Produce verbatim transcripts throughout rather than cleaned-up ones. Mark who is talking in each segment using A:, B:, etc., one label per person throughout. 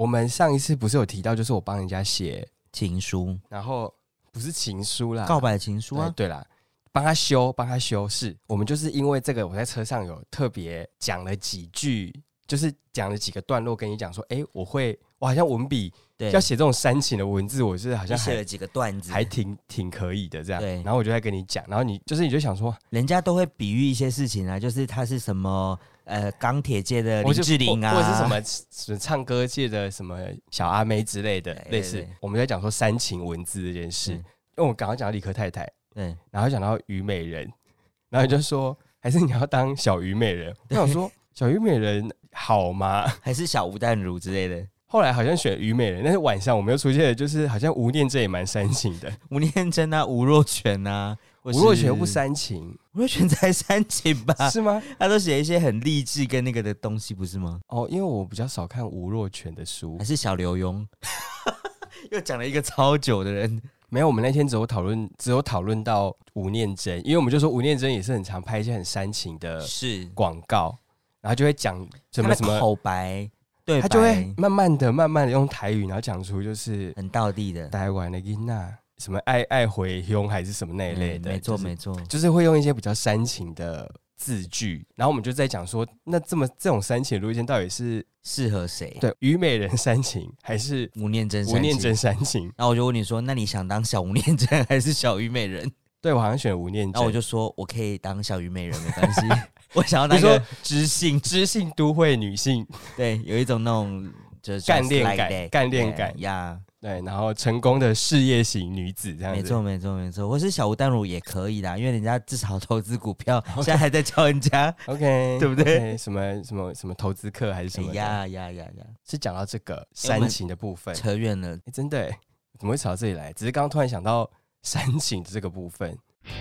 A: 我们上一次不是有提到，就是我帮人家写
B: 情书，
A: 然后不是情书啦，
B: 告白情书啊，
A: 对, 对啦，帮他修，帮他修饰。我们就是因为这个，我在车上有特别讲了几句，就是讲了几个段落，跟你讲说，哎，我会，我好像文笔要写这种煽情的文字，我是好像
B: 写了几个段子，
A: 还挺挺可以的这样。
B: 对，
A: 然后我就在跟你讲，然后你就是你就想说，
B: 人家都会比喻一些事情啊，就是他是什么呃钢铁界的林志玲啊，
A: 或者是什么什么唱歌界的什么小阿妹之类的，类似。我们在讲说煽情文字这件事，因为我刚刚讲到理科太太，对，然后讲到虞美人，然后你就说，还是你要当小虞美人？我想说，小虞美人好吗？
B: 还是小吴淡如之类的？
A: 后来好像选虞美人，但是晚上我们又出现的就是好像吴念真也蛮煽情的，
B: 吴念真啊，吴若权啊，
A: 吴若权又不煽情，
B: 吴若权才煽情吧？
A: 是吗？
B: 他都写一些很励志跟那个的东西，不是吗？
A: 哦，因为我比较少看吴若权的书，
B: 还是小刘墉，又讲了一个超久的人。
A: 没有，我们那天只有讨论，只有讨论到吴念真，因为我们就说吴念真也是很常拍一些很煽情的广告，然后就会讲什么什么
B: 口白。对，
A: 他就会慢慢的、慢慢的用台语，然后讲出就是
B: 很道地的
A: 台湾的囡仔什么爱爱回乡还是什么那一类的，
B: 嗯、没错、
A: 就是、
B: 没错，
A: 就是会用一些比较煽情的字句，然后我们就在讲说，那这么这种煽情的路线到底是
B: 适合谁？
A: 对，虞美人煽情还是
B: 吴念真
A: 吴念真煽情？
B: 然后我就问你说，那你想当小吴念真还是小虞美人？
A: 对，我好像选吴念真，
B: 然后我就说我可以当小虞美人，没关系。我想要那个知性、
A: 知性都会女性，
B: 对，有一种那种就是
A: 干练感、干练感
B: 呀。
A: 对，然后成功的事业型女子这样子，
B: 没错没错没错，或是小吴淡如也可以啦，因为人家至少投资股票， okay. 现在还在教人家
A: ，OK，
B: 对不对？
A: Okay, 什么什么什么投资课还是什么的？
B: 呀呀呀呀！
A: 是讲到这个煽情的部分，
B: 扯远了，
A: 真的耶，怎么会扯到这里来？只是刚刚突然想到煽情的这个部分。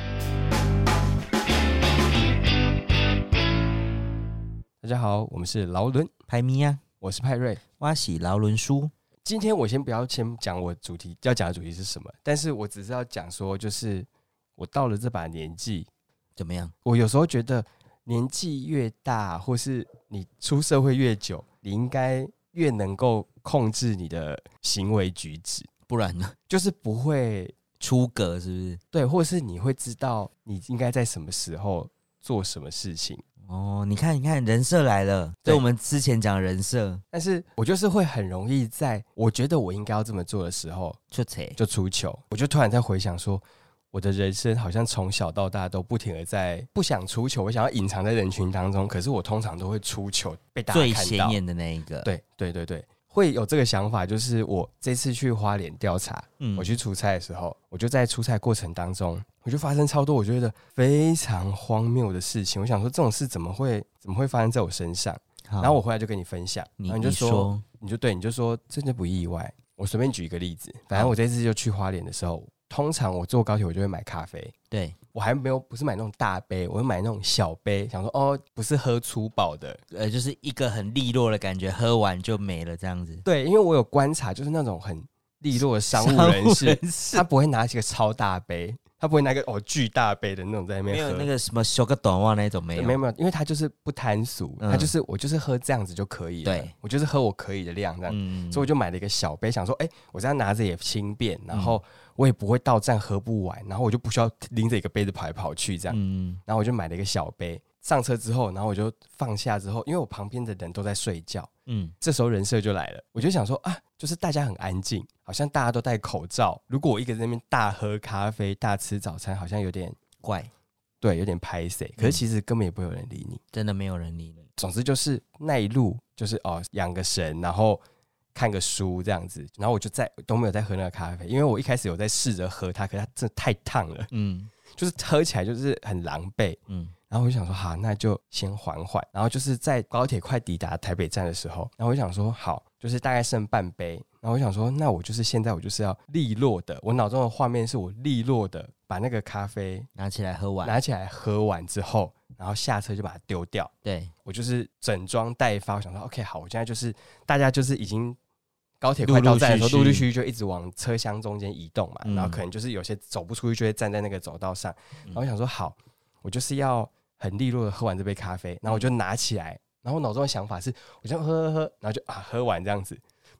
A: 大家好，我们是劳伦
B: 派咪啊，
A: 我是派瑞，
B: 我是劳伦叔。
A: 今天我先不要先讲我主题要讲的主题是什么，但是我只是要讲说，就是我到了这把年纪
B: 怎么样？
A: 我有时候觉得年纪越大，或是你出社会越久，你应该越能够控制你的行为举止，
B: 不然呢，
A: 就是不会
B: 出格，是不是？
A: 对，或是你会知道你应该在什么时候做什么事情。
B: 哦，你看，你看，人设来了，对，我们之前讲人设，
A: 但是我就是会很容易在我觉得我应该要这么做的时候
B: 就扯
A: 就出糗，我就突然在回想说，我的人生好像从小到大都不停的在不想出糗，我想要隐藏在人群当中，可是我通常都会出糗，被大家看到
B: 最显眼的那一个。
A: 对对对对，会有这个想法，就是我这次去花莲调查、嗯，我去出差的时候，我就在出差过程当中，我就发生超多我觉得非常荒谬的事情。我想说，这种事怎么会怎么会发生在我身上？然后我回来就跟你分享，然后你就说，你, 说你就对，你就说真的不意外。我随便举一个例子，反正我这次就去花莲的时候，通常我坐高铁我就会买咖啡，
B: 对，
A: 我还没有不是买那种大杯，我会买那种小杯，想说哦，不是喝粗饱的，
B: 呃，就是一个很利落的感觉，喝完就没了这样子。
A: 对，因为我有观察，就是那种很利落的商务人士，人士他不会拿起个超大杯。他不会拿个哦巨大杯的那种在那边喝，
B: 没有那个什么修个短袜那种没有，
A: 没有没有，因为他就是不贪俗、嗯，他就是我就是喝这样子就可以了，
B: 对，
A: 我就是喝我可以的量这样、嗯，所以我就买了一个小杯，想说，哎、欸，我这样拿着也轻便，然后我也不会到站喝不完，然后我就不需要拎着一个杯子跑来跑去这样，嗯，然后我就买了一个小杯。上车之后，然后我就放下之后，因为我旁边的人都在睡觉，嗯，这时候人设就来了，我就想说啊，就是大家很安静，好像大家都戴口罩。如果我一个人在那边大喝咖啡、大吃早餐，好像有点
B: 怪，
A: 对，有点拍谁。可是其实根本也不会有人理你，
B: 真的没有人理你。
A: 总之就是那一路就是哦，养个神，然后看个书这样子，然后我就在都没有在喝那个咖啡，因为我一开始有在试着喝它，可是它真的太烫了，嗯，就是喝起来就是很狼狈，嗯。然后我就想说好，那就先缓缓。然后就是在高铁快抵达台北站的时候，然后我就想说好，就是大概剩半杯。然后我想说，那我就是现在我就是要利落的，我脑中的画面是我利落的把那个咖啡
B: 拿起来喝完，
A: 拿起来喝完之后，然后下车就把它丢掉。
B: 对，
A: 我就是整装待发。我想说 OK 好，我现在就是大家就是已经高铁快到站的时候，陆陆续续就一直往车厢中间移动嘛、嗯，然后可能就是有些走不出去就会站在那个走道上。然后我想说好，我就是要很利落的喝完这杯咖啡，然后我就拿起来，然后我脑中的想法是，我就喝喝喝，然后就啊喝完这样子，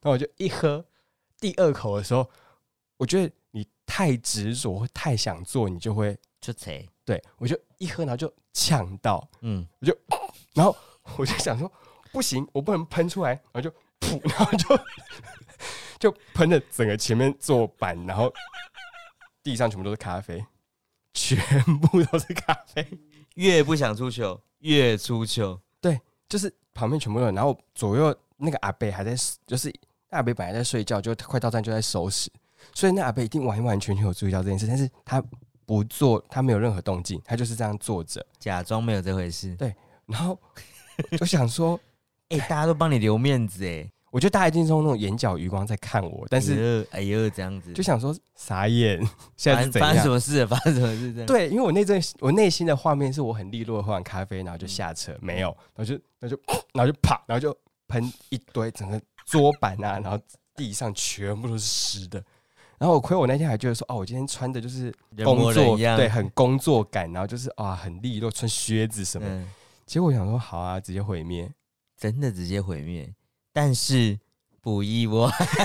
A: 然后我就一喝，第二口的时候，我觉得你太执着或太想做，你就会
B: 就贼。
A: 对，我就一喝，然后就呛到，嗯，我就，然后我就想说，不行，我不能喷出来，然后就噗，然后就就喷了整个前面坐板，然后地上全部都是咖啡，全部都是咖啡，
B: 越不想出糗越出糗。
A: 对，就是旁边全部都有，然后左右那个阿伯还在，就是那阿伯本来在睡觉，就快到站就在收拾，所以那阿伯一定完完全全有注意到这件事，但是他不做，他没有任何动静，他就是这样坐着，
B: 假装没有这回事。
A: 对，然后就想说，
B: 哎、欸，大家都帮你留面子哎，
A: 我觉得大家一定是用那种眼角余光在看我，但是
B: 哎呦，这样子，
A: 就想说傻眼，现在是怎样？
B: 发生什么事？发生什么事？这样
A: 对，因为我那阵我内心的画面是我很利落的喝完咖啡，然后就下车，没有，然后就然后就然后就啪，然后就喷一堆，整个桌板啊，然后地上全部都是湿的。然后我亏我那天还觉得说，哦，我今天穿的就是工作，对，很工作感，然后就是啊，很利落，穿靴子什么。嗯、结果我想说，好啊，直接毁灭，
B: 真的直接毁灭。但是不意外，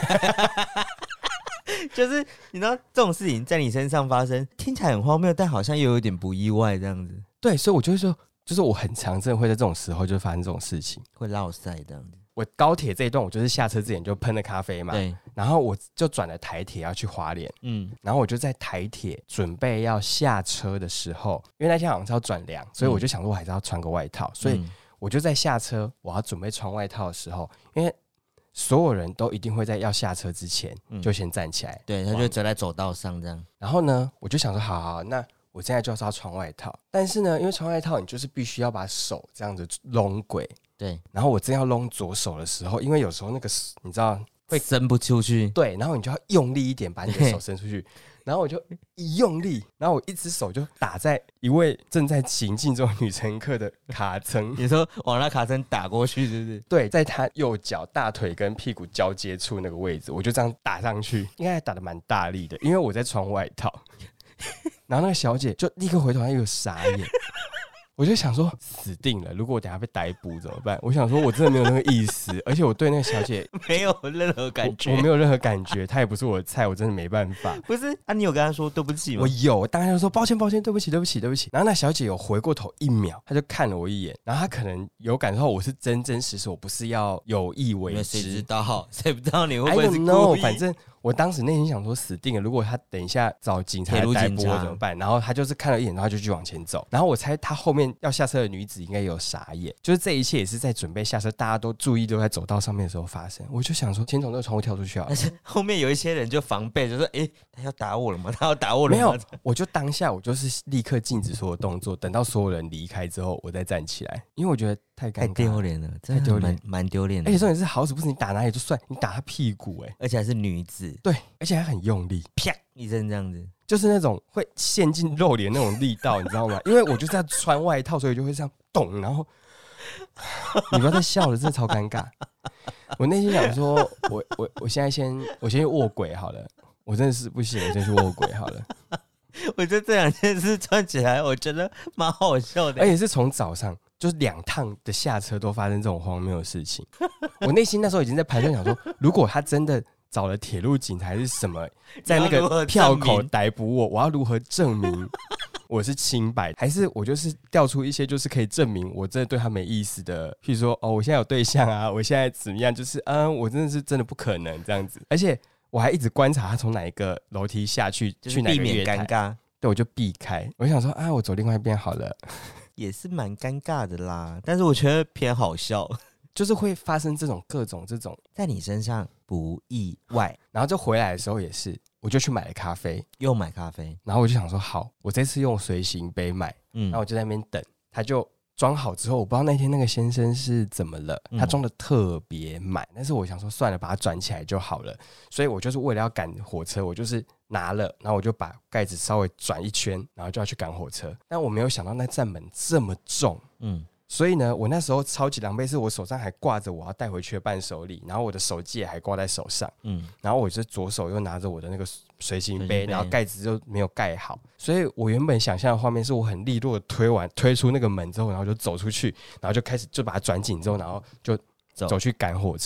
B: 就是你知道这种事情在你身上发生，听起来很荒谬，但好像又有点不意外这样子。
A: 对，所以我就会说，就是我很常真的会在这种时候就发生这种事情，
B: 会落塞这样子。
A: 我高铁这一段，我就是下车之前就喷了咖啡嘛，对，然后我就转了台铁要去花莲，嗯，然后我就在台铁准备要下车的时候，因为那天好像是要转凉，所以我就想说我还是要穿个外套，嗯、所以我就在下车我要准备穿外套的时候，因为所有人都一定会在要下车之前就先站起来，嗯、
B: 对，他就走在走道上这样，
A: 然后呢，我就想说，好好，那我现在就是要穿外套，但是呢，因为穿外套你就是必须要把手这样子拢轨。
B: 对，
A: 然后我正要弄左手的时候，因为有时候那个你知道
B: 会伸不出去，
A: 对，然后你就要用力一点把你的手伸出去，然后我就一用力，然后我一只手就打在一位正在行进中的女乘客的卡层，
B: 你说往那卡层打过去是不是？
A: 对，在她右脚大腿跟屁股交接处那个位置，我就这样打上去，应该还打得蛮大力的，因为我在穿外套，然后那个小姐就立刻回头，她有傻眼。我就想说死定了，如果我等一下被逮捕怎么办？我想说我真的没有那个意思，而且我对那个小姐
B: 没有任何感觉，
A: 我, 我没有任何感觉，她也不是我的菜，我真的没办法。
B: 不是啊，你有跟她说对不起吗？
A: 我有，我当然就说抱歉抱歉，对不起对不起对不起。然后那小姐有回过头一秒，她就看了我一眼，然后她可能有感受到我是真真实实，我不是要有意为之。
B: 谁知道？谁不知道你会不会是故意
A: I don't know， 反正我当时内心想说死定了，如果他等一下找警察来逮捕我怎么办？然后他就是看了一眼，然后就继续往前走。然后我猜他后面要下车的女子应该有傻眼，就是这一切也是在准备下车，大家都注意都在走道上面的时候发生。我就想说，先从这个窗户跳出去啊！
B: 但是后面有一些人就防备，就说：“哎、欸，他要打我了吗？他要打我了吗？”
A: 没有，我就当下我就是立刻禁止所有动作，等到所有人离开之后，我再站起来，因为我觉得太尴尬、
B: 太丢脸了，太丢脸，蛮丢脸的。
A: 而且重点是，好死不死，你打哪里就算，你打他屁股、欸，哎，
B: 而且还是女子，
A: 对，而且还很用力，
B: 啪一声这样子，
A: 就是那种会陷进肉里的那种力道，你知道吗？因为我就是要穿外套，所以就会这样动，然后你不要再笑了，真的超尴尬。我内心想说，我我我现在先我先去卧轨好了，我真的是不行，我先去卧轨好了。
B: 我觉得这两件事串起来，我觉得蛮好笑的，
A: 而且是从早上就是两趟的下车都发生这种荒谬的事情。我内心那时候已经在盘算，想说，如果他真的找了铁路警察还是什么，在那个票口逮捕我，我要如何证明我是清白？还是我就是调出一些就是可以证明我真的对他没意思的，譬如说哦，我现在有对象啊，我现在怎么样？就是嗯，我真的是真的不可能这样子，而且。我还一直观察他从哪一个楼梯下去，
B: 就是避免尴尬。
A: 对，我就避开。我想说啊，我走另外一边好了，
B: 也是蛮尴尬的啦。但是我觉得偏好笑，
A: 就是会发生这种各种这种
B: 在你身上不意外。
A: 然后就回来的时候也是，我就去买了咖啡，
B: 又买咖啡。
A: 然后我就想说，好，我这次用随行杯买，嗯，然后我就在那边等，他就。装好之后，我不知道那天那个先生是怎么了，他装的特别满，但是我想说算了，把它转起来就好了。所以我就是为了要赶火车，我就是拿了，然后我就把盖子稍微转一圈，然后就要去赶火车。但我没有想到那扇门这么重，嗯，所以呢，我那时候超级狼狈，是我手上还挂着我要带回去的伴手礼，然后我的手机也还挂在手上，嗯，然后我就左手又拿着我的那个随行杯，然后盖子就没有盖好，所以我原本想象的画面是我很利落的推完推出那个门之后，然后就走出去，然后就开始就把它转紧之后，然后就走去赶火车。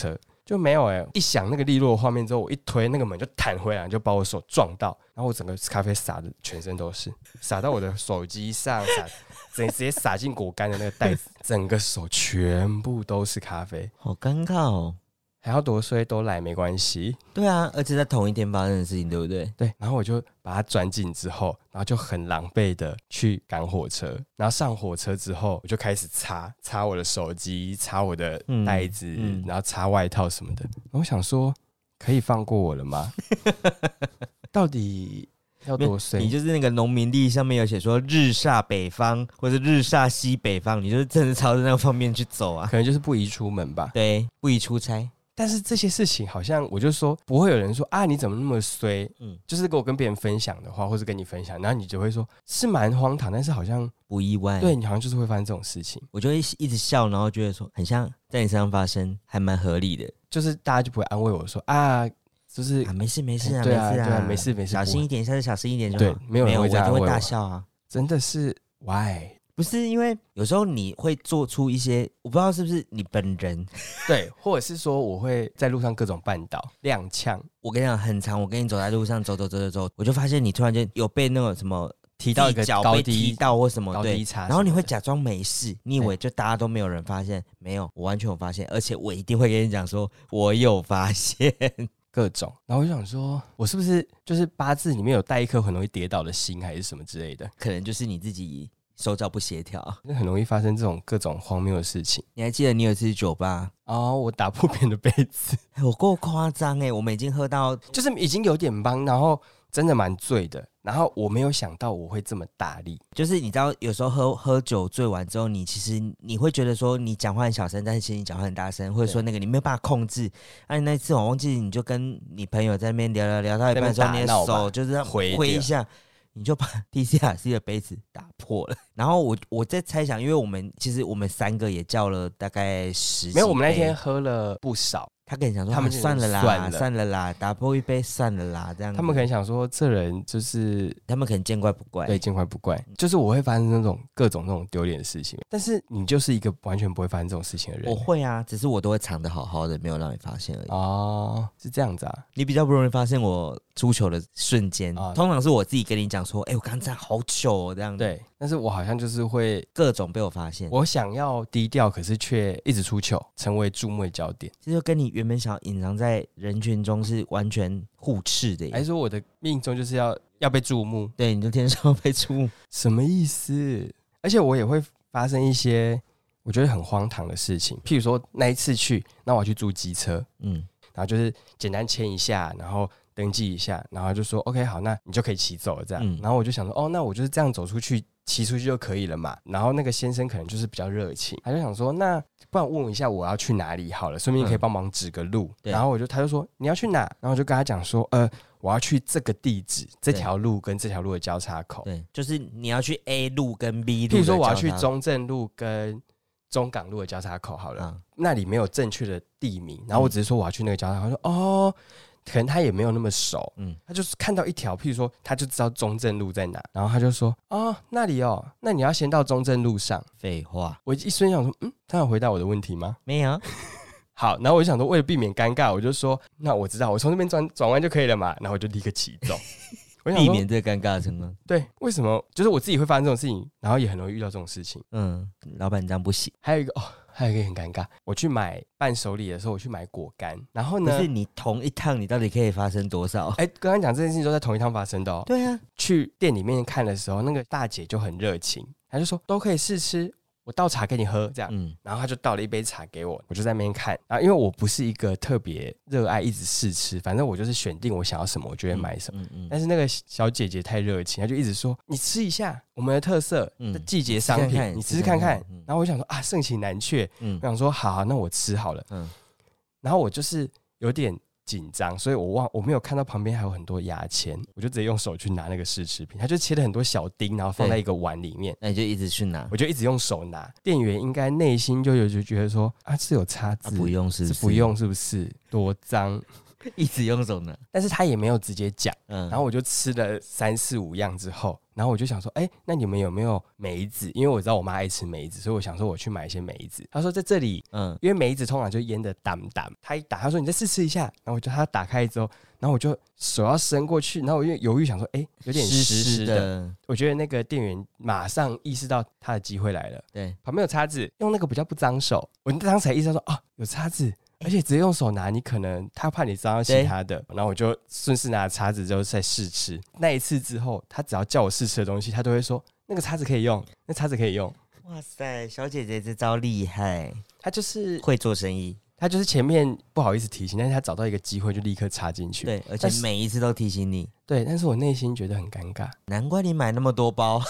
A: 就没有哎、欸。一想那个利落的画面之后，我一推那个门就弹回来，就把我手撞到，然后我整个咖啡洒的全身都是，洒到我的手机上，洒直接洒进果干的那个袋子，整个手全部都是咖啡，
B: 好尴尬哦。
A: 还要多衰都来没关系。
B: 对啊，而且在同一天发生的事情，对不对？
A: 对，然后我就把它转紧之后，然后就很狼狈的去赶火车，然后上火车之后，我就开始擦擦我的手机，擦我的袋子、嗯嗯，然后擦外套什么的。然后我想说，可以放过我了吗？到底要多衰？
B: 你就是那个农民历上面有写说日煞北方，或是日煞西北方，你就是真的朝着那个方面去走啊。
A: 可能就是不宜出门吧。
B: 对，不宜出差。
A: 但是这些事情好像我就说不会有人说啊你怎么那么衰，嗯，就是跟我跟别人分享的话，或是跟你分享，然后你就会说是蛮荒唐，但是好像
B: 不意外，
A: 对你好像就是会发生这种事情，
B: 我就会一直笑，然后觉得说很像在你身上发生，还蛮合理的，
A: 就是大家就不会安慰我说啊，就是
B: 啊没事没事啊，
A: 对啊
B: 没事啊，
A: 对啊没事没事，
B: 小心一点，下次小心一点就好。
A: 对，没有人会这样安慰我，
B: 我一定会大笑啊，
A: 真的是 why。
B: 不是因为有时候你会做出一些，我不知道是不是你本人，
A: 对，或者是说我会在路上各种绊倒、踉跄。
B: 我跟你讲，很长，我跟你走在路上走走走走走，我就发现你突然间有被那种什么
A: 提到一个
B: 脚被
A: 高低
B: 踢到或什么
A: 高低差，
B: 然后你会假装没事，你以为就大家都没有人发现，没有，我完全有发现，而且我一定会跟你讲说，我有发现。
A: 各种，然后我就想说，我是不是就是八字里面有带一颗很容易跌倒的心，还是什么之类的？
B: 可能就是你自己手脚不协调，
A: 很容易发生这种各种荒谬的事情。
B: 你还记得你有一次去酒吧
A: 哦，我打破别人的杯子，
B: 欸、我够夸张哎！我们已经喝到，
A: 就是已经有点帮，然后真的蛮醉的，然后我没有想到我会这么大力。
B: 就是你知道，有时候喝喝酒醉完之后，你其实你会觉得说你讲话很小声，但是其实你讲话很大声，或者说那个你没有办法控制。那、啊、你那次我忘记，你就跟你朋友在那边聊聊聊到一半的时候，你的手就是这样挥一下。你就把 D C R C 的杯子打破了，然后我我在猜想，因为我们其实我们三个也叫了大概十几杯，
A: 没有，我们那天喝了不少。
B: 他可能想说，他们算了啦，算了算了啦，打破一杯算了啦，这样。
A: 他们可能想说，这人就是
B: 他们可能见怪不怪，
A: 对，见怪不怪。就是我会发生那种各种那种丢脸的事情，但是你就是一个完全不会发生这种事情的人。
B: 我会啊，只是我都会藏得好好的，没有让你发现而已。
A: 哦，是这样子啊，
B: 你比较不容易发现我出糗的瞬间、哦，通常是我自己跟你讲说，哎、欸，我刚刚站好糗哦，这样子。
A: 对，但是我好像就是会
B: 各种被我发现。我
A: 想要低调，可是却一直出糗，成为注目的焦点。
B: 这就跟你原本想要隐藏在人群中是完全互斥的耶。
A: 还是说我的命中就是要要被注目？
B: 对，你就天生要被注目，
A: 什么意思？而且我也会发生一些我觉得很荒唐的事情，譬如说那一次去，那我要去租机车，嗯，然后就是简单签一下，然后登记一下，然后就说 OK 好，那你就可以骑走了这样、嗯。然后我就想说，哦，那我就是这样走出去。骑出去就可以了嘛，然后那个先生可能就是比较热情，他就想说，那不然问我一下我要去哪里好了，顺便可以帮忙指个路、嗯。然后我就他就说你要去哪，然后我就跟他讲说，呃，我要去这个地址，这条路跟这条路的交叉口。
B: 对，就是你要去 A 路跟 B 路。
A: 譬如说我要去中正路跟中港路的交叉口好了，嗯、那里没有正确的地名，然后我只是说我要去那个交叉口，他说哦。可能他也没有那么熟，嗯，他就是看到一条，譬如说，他就知道中正路在哪，然后他就说，哦，那里哦，那你要先到中正路上。
B: 废话，
A: 我一瞬间想说，嗯，他有回答我的问题吗？
B: 没有。
A: 好，然后我就想说，为了避免尴尬，我就说，那我知道，我从那边转转弯就可以了嘛，然后我就立刻骑走，
B: 我避免这个尴尬的情况。
A: 对，为什么？就是我自己会发生这种事情，然后也很容易遇到这种事情。嗯，
B: 老板这样不行。
A: 还有一个哦。还有一个很尴尬，我去买伴手礼的时候，我去买果干，然后呢，
B: 可是你同一趟你到底可以发生多少？
A: 哎、欸，刚刚讲这件事情都在同一趟发生的哦。
B: 对啊，
A: 去店里面看的时候，那个大姐就很热情，她就说都可以试吃。我倒茶给你喝，这样、嗯，然后他就倒了一杯茶给我，我就在那边看。然后因为我不是一个特别热爱一直试吃，反正我就是选定我想要什么，我就会买什么。嗯嗯嗯、但是那个小姐姐太热情，她就一直说：“你吃一下我们的特色的季节商品，嗯、你吃吃看看。看看”然后我想说啊，盛情难却，嗯、我想说好、啊，那我吃好了。嗯、然后我就是有点紧张，所以我忘我没有看到旁边还有很多牙签，我就直接用手去拿那个试吃品，他就切了很多小丁，然后放在一个碗里面，
B: 那你就一直去拿，
A: 我就一直用手拿。店员应该内心就有就觉得说啊，是有叉子，
B: 啊、不用是不是？
A: 是不用是不是？多脏。
B: 一直用手拿，
A: 但是他也没有直接讲。
B: 嗯，
A: 然后我就吃了三四五样之后，然后我就想说，哎、欸，那你们有没有梅子？因为我知道我妈爱吃梅子，所以我想说我去买一些梅子。他说在这里，嗯，因为梅子通常就腌的淡淡。他一打，他说你再试吃一下，然后我就他打开之后，然后我就手要伸过去，然后我就犹豫想说，哎、欸，有点湿湿的。我觉得那个店员马上意识到他的机会来了，
B: 对，
A: 旁边有叉子，用那个比较不脏手。我当时才意识到说，啊，有叉子。而且直接用手拿，你可能他怕你脏到其他的，然后我就顺势拿叉子之后再试吃。那一次之后，他只要叫我试吃的东西，他都会说那个叉子可以用，那叉子可以用。
B: 哇塞，小姐姐这招厉害，
A: 他就是
B: 会做生意。
A: 他就是前面不好意思提醒，但是他找到一个机会就立刻插进去。
B: 对，而且每一次都提醒你。
A: 对，但是我内心觉得很尴尬。
B: 难怪你买那么多包，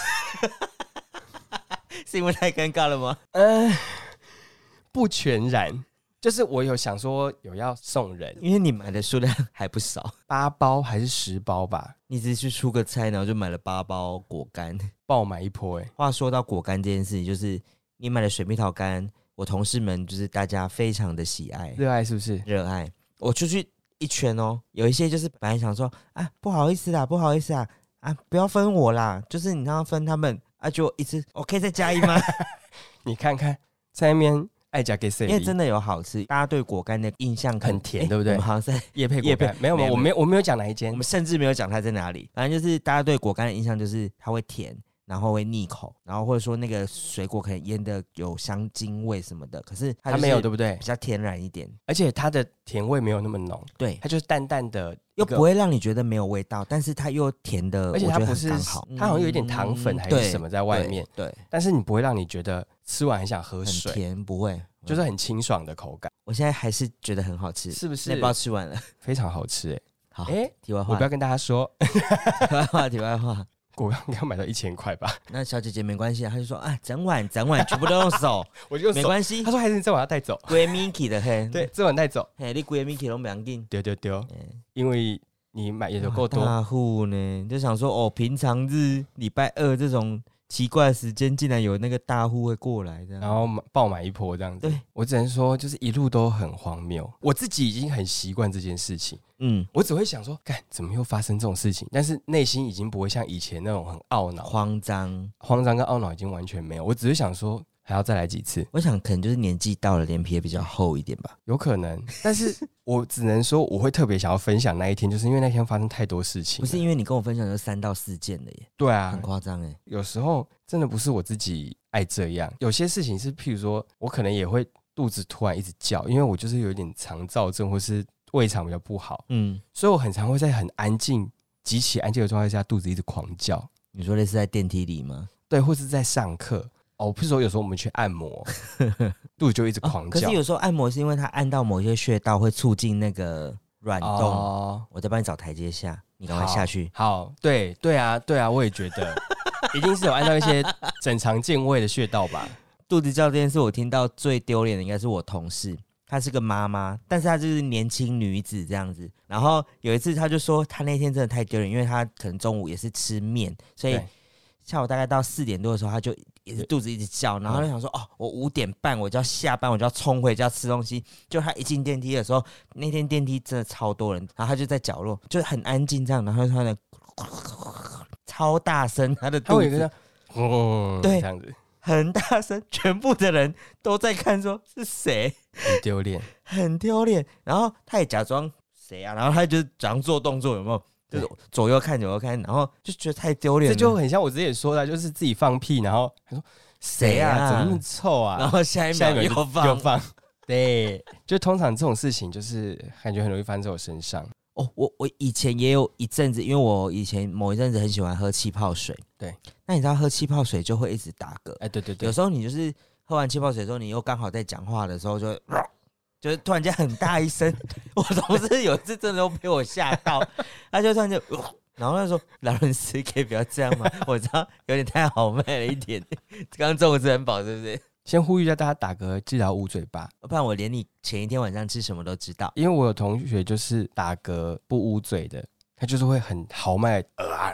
B: 是因为太尴尬了吗？
A: 呃，不全然。就是我有想说有要送人，
B: 因为你买的数量还不少，
A: 八包还是十包吧？
B: 你只是去出个差，然后就买了八包果干，
A: 爆买一波哎、欸！
B: 话说到果干这件事情，就是你买的水蜜桃干，我同事们就是大家非常的喜爱，
A: 热爱是不是？
B: 热爱。我出去一圈哦，有一些就是本来想说啊，不好意思啦，不好意思啦，啊，不要分我啦，就是你要分他们啊，就一直我可以再加一吗？
A: 你看看在那边。爱加给谁？
B: 因为真的有好吃，大家对果干的印象
A: 很甜，对不对？
B: 我们好像在
A: 业配果干，没有没有，我没有我没有讲哪一间，
B: 我们甚至没有讲它在哪里。反正就是大家对果干的印象就是它会甜，然后会腻口，然后或者说那个水果可能腌的有香精味什么的，可是 它,
A: 它没有，对不对？
B: 比较天然一点，
A: 而且它的甜味没有那么浓，
B: 对，
A: 它就是淡淡的，
B: 又不会让你觉得没有味道，但是它又甜的，
A: 而且它不是
B: 刚好，
A: 它好像有一点糖粉还是什么在外面，
B: 对，对对，
A: 但是你不会让你觉得吃完很想喝水，
B: 很甜，不会。
A: 就是很清爽的口感，
B: 我现在还是觉得很好吃，
A: 是不是？
B: 那包吃完了，
A: 非常好吃哎、欸。
B: 好，哎、欸，题外话，
A: 我不要跟大家说，
B: 题外话，题外话，
A: 果干应该买到一千块吧？
B: 那小姐姐没关系，她就说啊，整碗整碗全部都用手，
A: 我就用手
B: 没关系。
A: 她说还是你这碗要带走，
B: 归 Miki 的嘿，
A: 对，这碗带走，
B: 嘿，你归 Miki 都不要紧，
A: 丢丢丢，因为你买也有够多。
B: 大户呢，就想说哦，平常日礼拜二这种。奇怪的时间竟然有那个大户会过来这样，
A: 然后爆买一波这样子。对，我只能说就是一路都很荒谬。我自己已经很习惯这件事情，嗯，我只会想说，干怎么又发生这种事情？但是内心已经不会像以前那种很懊恼、
B: 慌张、
A: 慌张跟懊恼已经完全没有。我只是想说，还要再来几次。
B: 我想可能就是年纪到了，脸皮也比较厚一点吧，
A: 有可能。但是我只能说，我会特别想要分享那一天，就是因为那天发生太多事情。
B: 不是因为你跟我分享就三到四件的耶。
A: 对啊，
B: 很夸张哎。
A: 有时候真的不是我自己爱这样，有些事情是，譬如说我可能也会肚子突然一直叫，因为我就是有点肠燥症或是胃肠比较不好，嗯，所以我很常会在很安静、极其安静的状态下，肚子一直狂叫。
B: 你说类似在电梯里吗？
A: 对，或是在上课。哦，譬如说有时候我们去按摩，肚子就一直狂叫、
B: 哦。可是有时候按摩是因为它按到某些穴道会促进那个软动。哦、我在帮你找台阶下，你赶快下去。
A: 好，好对对啊，对啊，我也觉得一定是有按到一些整肠健胃的穴道吧。
B: 肚子叫这件事，我听到最丢脸的应该是我同事，她是个妈妈，但是她就是年轻女子这样子。然后有一次她就说，她那天真的太丢脸，因为她可能中午也是吃面，所以下午大概到四点多的时候，她就也是肚子一直叫，然后就想说，哦，我五点半我就要下班，我就要冲回家吃东西。就她一进电梯的时候，那天电梯真的超多人，然后她就在角落，就很安静这样，然后她的超大声，她的肚子，
A: 嗯，对，这样子。
B: 很大声，全部的人都在看，说是谁，
A: 很丢脸，
B: 很丢脸。然后他也假装谁啊，然后他就假装做动作，有没有？就是左右看，左右看，然后就觉得太丢脸了。
A: 这就很像我之前说的，就是自己放屁，然后他说谁啊，怎么那么臭啊？
B: 然后下一秒又放，
A: 又放。对，就通常这种事情，就是感觉很容易发生在我身上。
B: 哦，我我以前也有一阵子，因为我以前某一阵子很喜欢喝气泡水。
A: 对，
B: 那你知道喝气泡水就会一直打嗝。
A: 哎，对对对，
B: 有时候你就是喝完气泡水之后，你又刚好在讲话的时候就，就就是突然间很大一声。我同事有一次真的都被我吓到，他就突然就，然后他说：“劳伦斯可以不要这样吗？”我知道有点太豪迈了一点。刚刚中午吃很饱，是不是？
A: 先呼吁一下大家打嗝记得要捂嘴巴，
B: 不然我连你前一天晚上吃什么都知道。
A: 因为我有同学就是打嗝不捂嘴的，他就是会很豪迈，呃啊，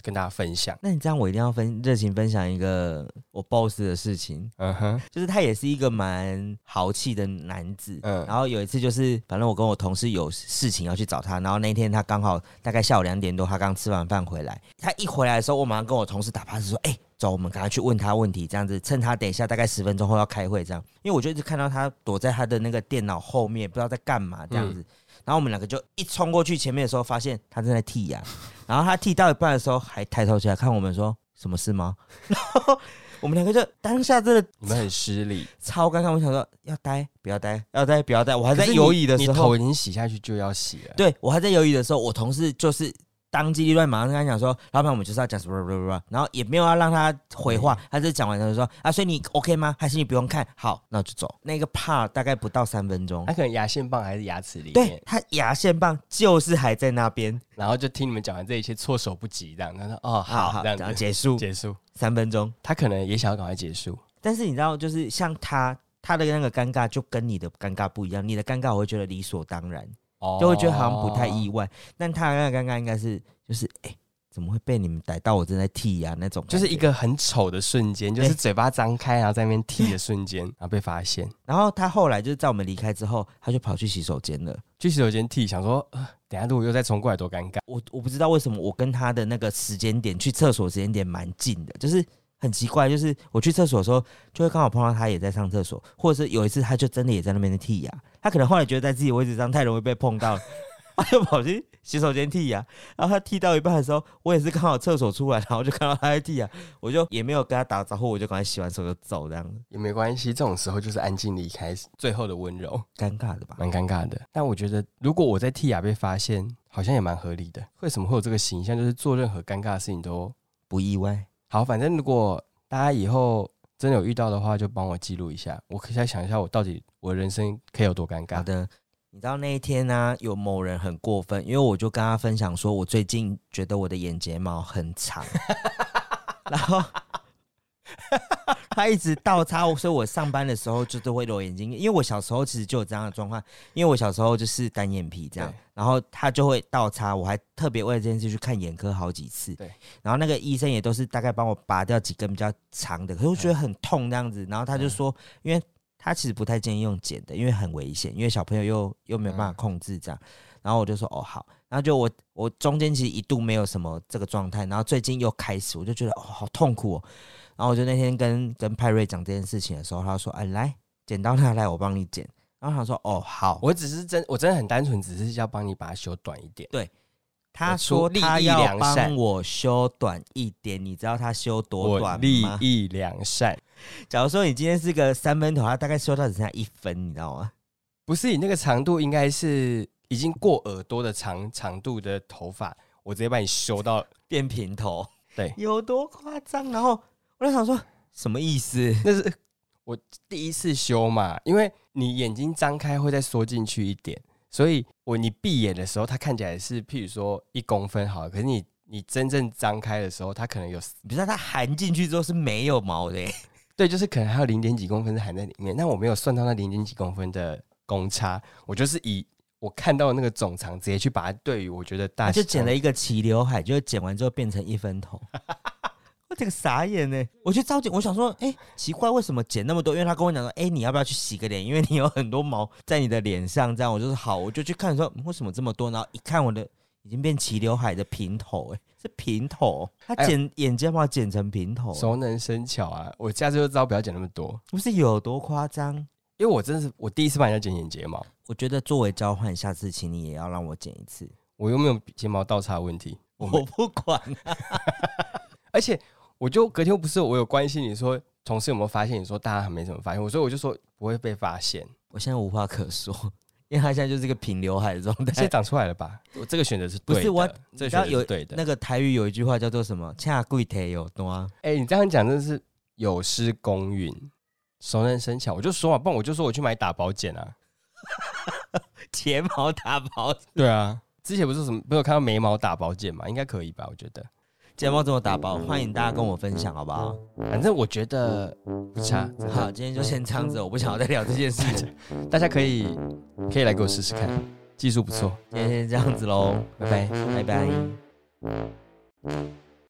A: 跟大家分享。
B: 那你这样我一定要分热情分享一个我 boss 的事情，嗯哼，就是他也是一个蛮豪气的男子，嗯，然后有一次就是反正我跟我同事有事情要去找他，然后那天他刚好大概下午两点多，他刚吃完饭回来，他一回来的时候，我马上跟我同事打 pass 说，哎、欸。走，我们赶快去问他问题，这样子趁他等一下大概十分钟后要开会，这样，因为我就一直看到他躲在他的那个电脑后面，不知道在干嘛这样子。嗯、然后我们两个就一冲过去前面的时候，发现他正在剔牙，然后他剔到一半的时候还抬头起来看我们说：“什么事吗？”然后我们两个就当下真的
A: 你们很失礼，
B: 超尴尬。我想说要待不要待，要待不要待。我还在犹豫的时候，
A: 你头已经洗下去就要洗了。
B: 对，我还在犹豫的时候，我同事就是。当机立断，马上跟他讲说：“老板，我们就是要讲什么什么，然后也没有要让他回话，他就讲完他就说：啊，所以你 OK 吗？还是你不用看？好，那我就走。那个 part 大概不到三分钟，
A: 他可能牙线棒还是牙齿里面，
B: 对他牙线棒就是还在那边，
A: 然后就听你们讲完这一切，措手不及这样。他说：哦，好，好这样子
B: 结束，
A: 结束
B: 三分钟。
A: 他可能也想要赶快结束，
B: 但是你知道，就是像他他的那个尴尬，就跟你的尴尬不一样。你的尴尬我会觉得理所当然，哦、就会觉得好像不太意外，但他的那个尴尬应该是就是哎。欸怎么会被你们逮到我正在剃啊？那种
A: 就是一个很丑的瞬间，就是嘴巴张开然后在那边剃的瞬间，然后被发现。
B: 然后他后来就是在我们离开之后，他就跑去洗手间了，
A: 去洗手间剃，想说、呃、等一下如果又再冲过来多尴尬。
B: 我我不知道为什么我跟他的那个时间点去厕所时间点蛮近的，就是很奇怪，就是我去厕所的时候就会刚好碰到他也在上厕所，或者是有一次他就真的也在那边剃牙，他可能后来觉得在自己的位置上太容易被碰到了。他就跑去洗手间剃牙，然后他剃到一半的时候，我也是刚好厕所出来，然后就看到他在剃牙，我就也没有跟他打招呼，我就赶快洗完手就走，这样子
A: 也没关系。这种时候就是安静离开，最后的温柔，
B: 尴尬的吧？
A: 蛮尴尬的。但我觉得，如果我在剃牙被发现，好像也蛮合理的。为什么会有这个形象？就是做任何尴尬的事情都
B: 不意外。
A: 好，反正如果大家以后真的有遇到的话，就帮我记录一下。我可以再想一下，我到底我的人生可以有多尴尬。
B: 好的。你知道那一天呢、啊，有某人很过分，因为我就跟他分享说，我最近觉得我的眼睫毛很长，然后他一直倒插，所以我上班的时候就都会揉眼睛，因为我小时候其实就有这样的状况，因为我小时候就是单眼皮这样，然后他就会倒插，我还特别为了这件事去看眼科好几次，对，然后那个医生也都是大概帮我拔掉几根比较长的，可是我觉得很痛这样子，然后他就说，因为他其实不太建议用剪的，因为很危险，因为小朋友又又没有办法控制这样。然后我就说哦好，然后就我我中间其实一度没有什么这个状态，然后最近又开始，我就觉得哦好痛苦哦。然后我就那天跟跟派瑞讲这件事情的时候，他说哎来剪刀拿来我帮你剪，然后他说哦好，
A: 我只是真我真的很单纯，只是要帮你把它修短一点。
B: 对。他说他要帮我修短一点，你知道他修多短吗？
A: 立意良善。
B: 假如说你今天是个三分头，他大概修到只剩下一分，你知道吗？
A: 不是，你那个长度应该是已经过耳朵的长长度的头发，我直接把你修到
B: 变平头。
A: 对，
B: 有多夸张？然后我就想说，什么意思？
A: 那是我第一次修嘛，因为你眼睛张开会再缩进去一点。所以我你闭眼的时候，它看起来是譬如说一公分好了，可是你你真正张开的时候，它可能有，
B: 你知道它含进去之后是没有毛的耶。
A: 对，就是可能还有零点几公分是含在里面，但我没有算到那零点几公分的公差，我就是以我看到的那个总长直接去把它对于我觉得大，
B: 就剪了一个齐刘海，就剪完之后变成一分头。我这个傻眼呢！我去照剪，我想说，哎、欸，奇怪，为什么剪那么多？因为他跟我讲说，哎、欸，你要不要去洗个脸？因为你有很多毛在你的脸上。这样，我就说好，我就去看说为什么这么多。然后一看，我的已经变齐刘海的平头，哎，是平头。他剪、哎、眼睫毛剪成平头，
A: 熟能生巧啊！我下次就知道不要剪那么多。
B: 不是有多夸张？
A: 因为我真的是我第一次帮人家剪眼睫毛，
B: 我觉得作为交换，下次请你也要让我剪一次。
A: 我又没有睫毛倒插的问题，
B: 我, 我不管、啊。
A: 而且。我就隔天不是我有关心你说同事有没有发现，你说大家还没什么发现，所以我就说不会被发现。
B: 我现在无话可说，因为他现在就是一个平刘海的状态。
A: 现在长出来了吧？我这个选择是对的，
B: 不是我，
A: 这个选择是对的。
B: 那个台语有一句话叫做什么？恰贵腿有多？
A: 哎、欸，你这样讲真的是有失公允，熟能生巧。我就说嘛，不然我就说我去买打薄剪啊，
B: 睫毛打薄。
A: 对啊，之前不是什么没有看到眉毛打薄剪嘛？应该可以吧？我觉得。
B: 睫毛怎么打包？欢迎大家跟我分享，好不好？
A: 反正我觉得不差。
B: 好，今天就先这样子，我不想要再聊这件事情。
A: 大家可以可以来给我试试看，技术不错。
B: 今天先这样子喽，
A: 拜拜，
B: 拜拜。